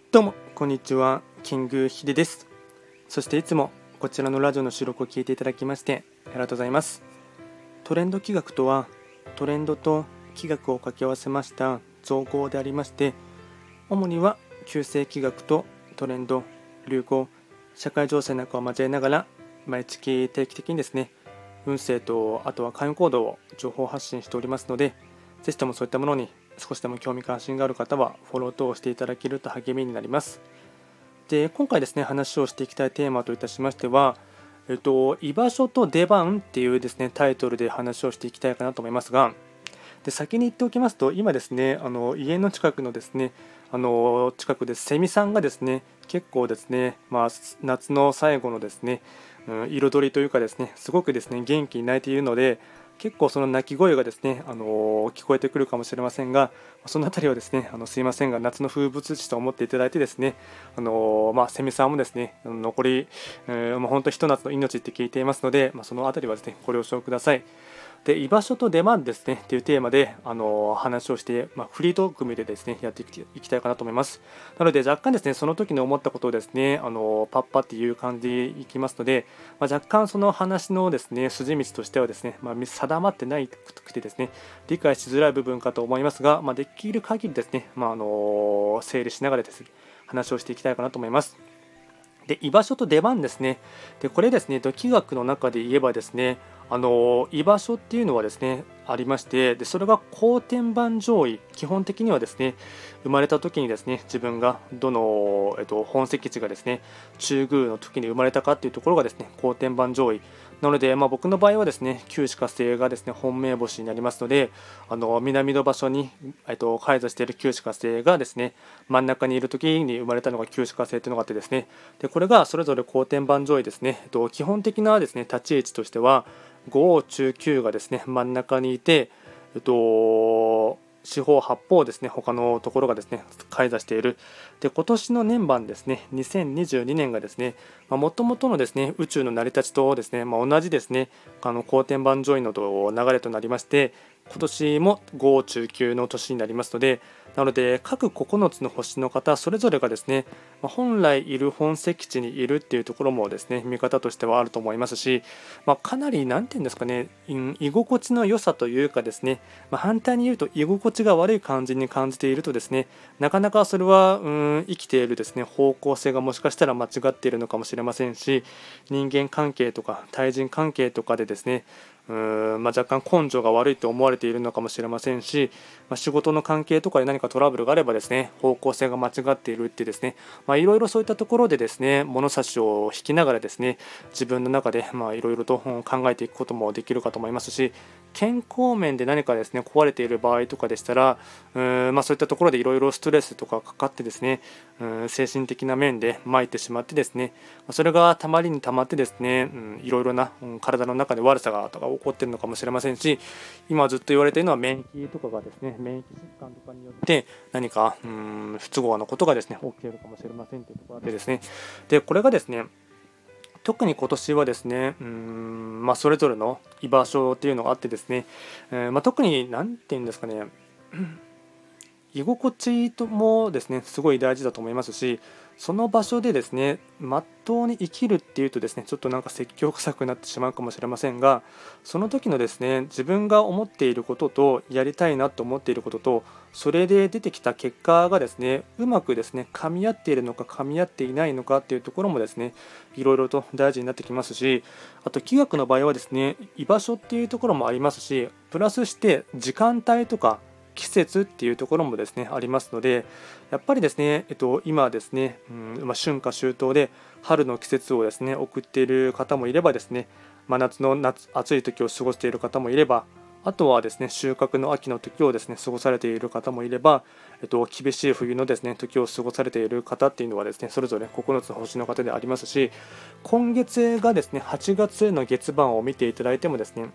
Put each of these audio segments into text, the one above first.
どうもこんにちは、キングヒデです。そしていつもこちらのラジオの収録を聞いていただきましてありがとうございます。トレンド企画とは、トレンドと企画を掛け合わせました造語でありまして、主には旧世企画とトレンド、流行、社会情勢なんかを交えながら毎月定期的にですね、運勢とあとは関与行動を情報発信しておりますので、ぜひともそういったものに少しでも興味関心がある方はフォロー等をしていただけると励みになります。で、今回ですね、話をしていきたいテーマといたしましては、居場所と出番っていうですね、タイトルで話をしていきたいかなと思いますが、で先に言っておきますと、今ですね、家の近くのですね、近くでセミさんがですね、結構ですね、夏の最後のですね、彩りというかですね、すごくですね、元気に鳴いているので、結構その鳴き声がですね、聞こえてくるかもしれませんが、そのあたりはですね、すいませんが、夏の風物詩と思っていただいてですね、セミさんもですね、残り、本当ひと夏の命って聞いていますので、そのあたりはですね、ご了承ください。で、居場所と出番ですねっていうテーマで話をして、フリートーク組でですねやっていきたいかなと思います。なので若干ですねその時に思ったことをですねパッパっていう感じでいきますので、若干その話のですね筋道としてはですね、定まってないくてですね理解しづらい部分かと思いますが、できる限りですね、整理しながらですね話をしていきたいかなと思います。で、居場所と出番ですね。で、これですね、気学の中で言えばですね、居場所っていうのはですね、ありまして、で、それが後天板上位、基本的にはですね、生まれた時にですね、自分がどの、本籍地がですね、中宮の時に生まれたかっていうところがですね、後天板上位。なので、僕の場合はですね、旧歯科星がですね、本命星になりますので、南の場所に、開座している旧歯科星がですね、真ん中にいる時に生まれたのが旧歯科星というのがあってですね、でこれがそれぞれ後天板上位ですね、基本的なですね立ち位置としては、5中9がですね真ん中にいて、四方八方ですね他のところがですね開座している。で今年の年番ですね2022年がですねもともとのですね宇宙の成り立ちとですね、同じですね後天板上位の流れとなりまして、今年も5中9の年になりますので、なので各9つの星の方それぞれがですね本来いる本籍地にいるっていうところもですね見方としてはあると思いますし、かなり何て言うんですかね、居心地の良さというかですね、反対に言うと居心地が悪い感じに感じているとですね、なかなかそれは生きているですね方向性がもしかしたら間違っているのかもしれませんし、人間関係とか対人関係とかでですね若干根性が悪いと思われているのかもしれませんし、仕事の関係とかで何かトラブルがあればですね方向性が間違っているってですね、いろいろそういったところでですね物差しを引きながらですね自分の中でいろいろと考えていくこともできるかと思いますし、健康面で何かですね壊れている場合とかでしたらそういったところでいろいろストレスとかかかってですね精神的な面で巻いてしまってですね、それがたまりにたまってですねいろいろな体の中で悪さがとか起こっているのかもしれませんし、今ずっと言われているのは免疫とかがですね免疫疾患とかによって何か不都合なことがですね起きているかもしれませんというところでですね、でこれがですね特に今年はですねそれぞれの居場所っていうのがあってですね、特に何て言うんですかね居心地ともですねすごい大事だと思いますし、その場所でですねまっとうに生きるっていうとですねちょっとなんか説教臭くなってしまうかもしれませんが、その時のですね自分が思っていることとやりたいなと思っていることと、それで出てきた結果がですねうまくですね噛み合っているのか噛み合っていないのかっていうところもですねいろいろと大事になってきますし、あと気学の場合はですね居場所っていうところもありますし、プラスして時間帯とか季節っていうところもですねありますので、やっぱりですね、今ですね、春夏秋冬で春の季節をですね送っている方もいればですね、真夏の暑い時を過ごしている方もいれば、あとはですね収穫の秋の時をですね過ごされている方もいれば、厳しい冬のですね時を過ごされている方っていうのはですねそれぞれ9つの星の方でありますし、今月がですね8月の月番を見ていただいてもですね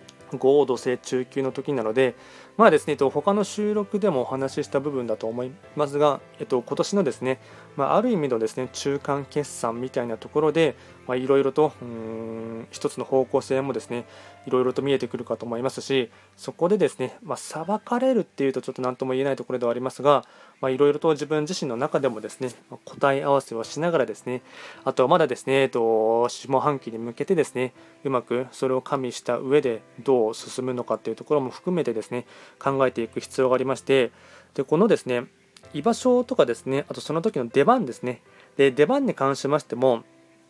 5土星中級の時なので、ですね、他の収録でもお話しした部分だと思いますが、今年のですね、ある意味のですね中間決算みたいなところで、 いろいろと一つの方向性もですねいろいろと見えてくるかと思いますし、そこでですね、裁かれるっていうとちょっと何とも言えないところではありますが、いろいろと自分自身の中でもですね答え合わせをしながらですね、あとはまだですね、下半期に向けてですねうまくそれを加味した上でどう進むのかっていうところも含めてですね考えていく必要がありまして、でこのですね居場所とかですね、あとその時の出番ですね。で出番に関しましても、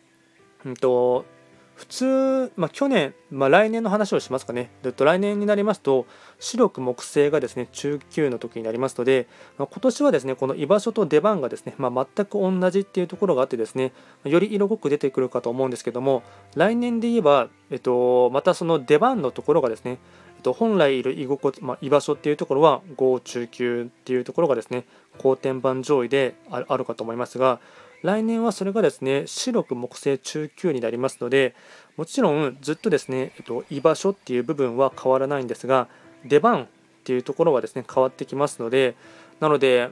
普通、去年、来年の話をしますかね。来年になりますと、白く木星がですね中級の時になりますので、今年はですねこの居場所と出番がですね、全く同じっていうところがあってですね、より色濃く出てくるかと思うんですけども、来年で言えば、またその出番のところがですね、本来いる居場所っていうところは5中級っていうところがですね後天板上位であるかと思いますが、来年はそれがですね白く木星中級になりますので、もちろんずっとですね、居場所っていう部分は変わらないんですが、出番っていうところはですね変わってきますので、なので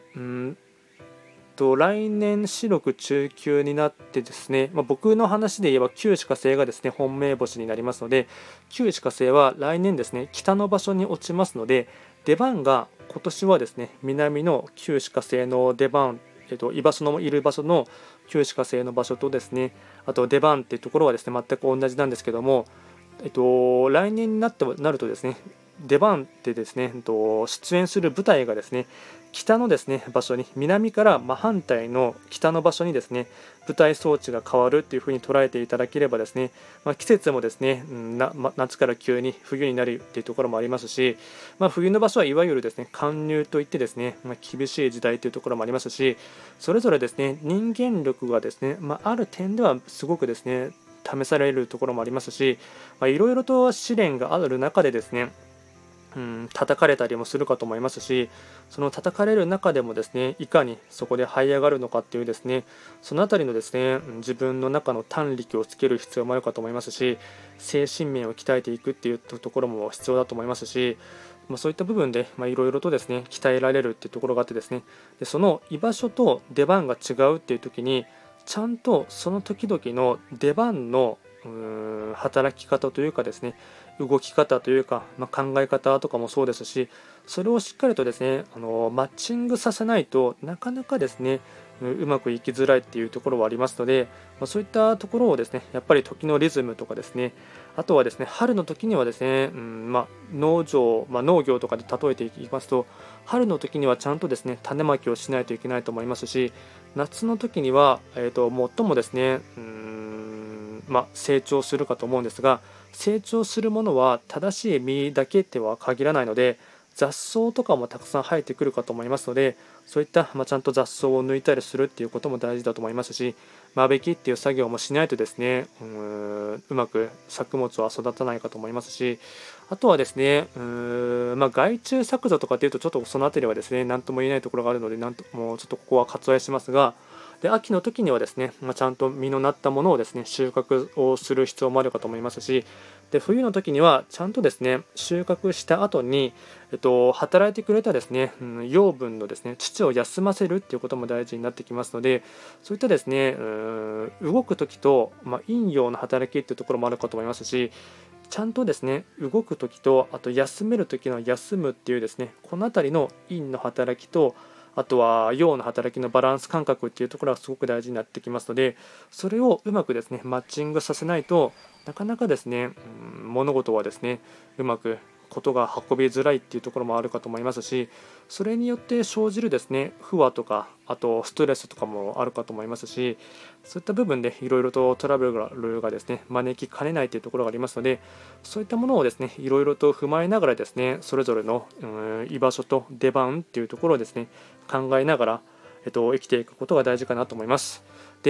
来年白く中級になってですね、僕の話で言えば旧歯科星がですね本命星になりますので、旧歯科星は来年ですね北の場所に落ちますので、出番が今年はですね南の旧歯科星の出番、居場所のいる場所の旧歯科星の場所とですね、あと出番っていうところはですね全く同じなんですけども、来年になるとですね出番ってですね、出演する舞台がですね北のですね場所に、南から真反対の北の場所にですね舞台装置が変わるっていう風に捉えていただければですね、季節もですね、夏から急に冬になるっていうところもありますし、冬の場所はいわゆるですね寒入といってですね、厳しい時代というところもありますし、それぞれですね人間力がですね、ある点ではすごくですね試されるところもありますし、いろいろと試練がある中でですね叩かれたりもするかと思いますし、その叩かれる中でもですねいかにそこで這い上がるのかっていうですね、そのあたりのですね自分の中の胆力をつける必要もあるかと思いますし、精神面を鍛えていくっていうところも必要だと思いますし、そういった部分でいろいろとですね鍛えられるっていうところがあってですね、でその居場所と出番が違うっていう時にちゃんとその時々の出番の働き方というかですね、動き方というか、考え方とかもそうですし、それをしっかりとですねマッチングさせないとなかなかですねうまくいきづらいっていうところはありますので、そういったところをですねやっぱり時のリズムとかですね、あとはですね春の時にはですね、農業とかで例えていきますと、春の時にはちゃんとですね種まきをしないといけないと思いますし、夏の時には、最もですね成長するかと思うんですが、成長するものは正しい実だけでは限らないので、雑草とかもたくさん生えてくるかと思いますので、そういった、ちゃんと雑草を抜いたりするっていうことも大事だと思いますし、間引きっていう作業もしないとですねうまく作物は育たないかと思いますし、あとはですね害虫削除とかっていうとちょっとそのあたりはですね何とも言えないところがあるので、もうちょっとここは割愛しますが、で秋の時にはですね、ちゃんと実のなったものをですね収穫をする必要もあるかと思いますし、で冬の時にはちゃんとですね収穫した後に、働いてくれたですね、養分のですね土を休ませるっていうことも大事になってきますので、そういったですね動く時と、陰陽の働きっていうところもあるかと思いますし、ちゃんとですね動く時と、あと休める時の休むっていうですね、この辺りの陰の働きと、あとは陽の働きのバランス感覚っていうところがすごく大事になってきますので、それをうまくですねマッチングさせないとなかなかですね、物事はですねうまくことが運びづらいっていうところもあるかと思いますし、それによって生じるですね不和とか、あとストレスとかもあるかと思いますし、そういった部分でいろいろとトラブルがですね招きかねないというところがありますので、そういったものをですねいろいろと踏まえながらですね、それぞれの居場所と出番っていうところをですね考えながら、生きていくことが大事かなと思います。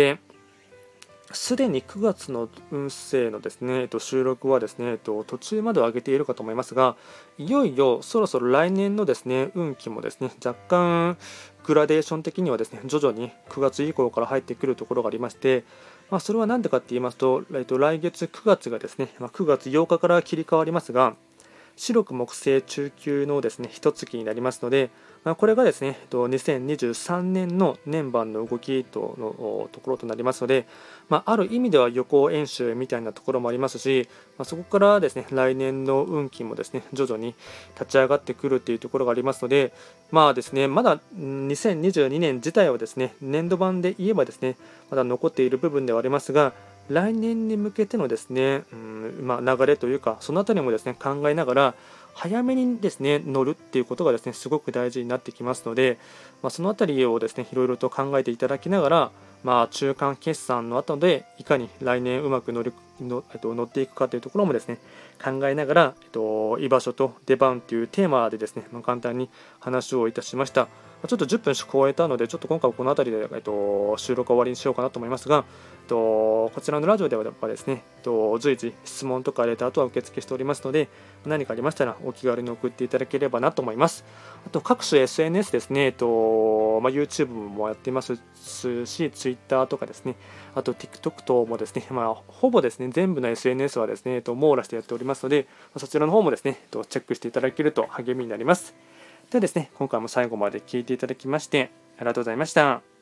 ですでに9月の運勢のですね、収録はですね、途中まで上げているかと思いますが、いよいよそろそろ来年のですね運気もですね若干グラデーション的にはですね徐々に9月以降から入ってくるところがありまして、それは何でかって言いますと、来月9月がですね、9月8日から切り替わりますが、 白く木星中級のですね一月になりますので、これがですね2023年の年番の動きのところとなりますので、ある意味では予行演習みたいなところもありますし、そこからですね来年の運気もですね徐々に立ち上がってくるというところがありますので、ですねまだ2022年自体はですね年度版で言えばですねまだ残っている部分ではありますが、来年に向けてのですね、流れというか、そのあたりもですね考えながら早めにですね乗るっていうことがですねすごく大事になってきますので、そのあたりをですねいろいろと考えていただきながら、中間決算の後でいかに来年うまく乗っていくかというところもですね考えながら、居場所と出番というテーマでですね、簡単に話をいたしました。ちょっと10分超えたので、ちょっと今回はこの辺りで、収録終わりにしようかなと思いますが、こちらのラジオではですね、随時質問とかレターとは受付しておりますので、何かありましたらお気軽に送っていただければなと思います。あと各種 SNS ですね、YouTube もやっていますし、Twitter とかですね、あと TikTok 等もですね、ほぼですね、全部の SNS はですね、網羅してやっておりますので、そちらの方もですね、チェックしていただけると励みになります。ではですね、今回も最後まで聞いていただきまして、ありがとうございました。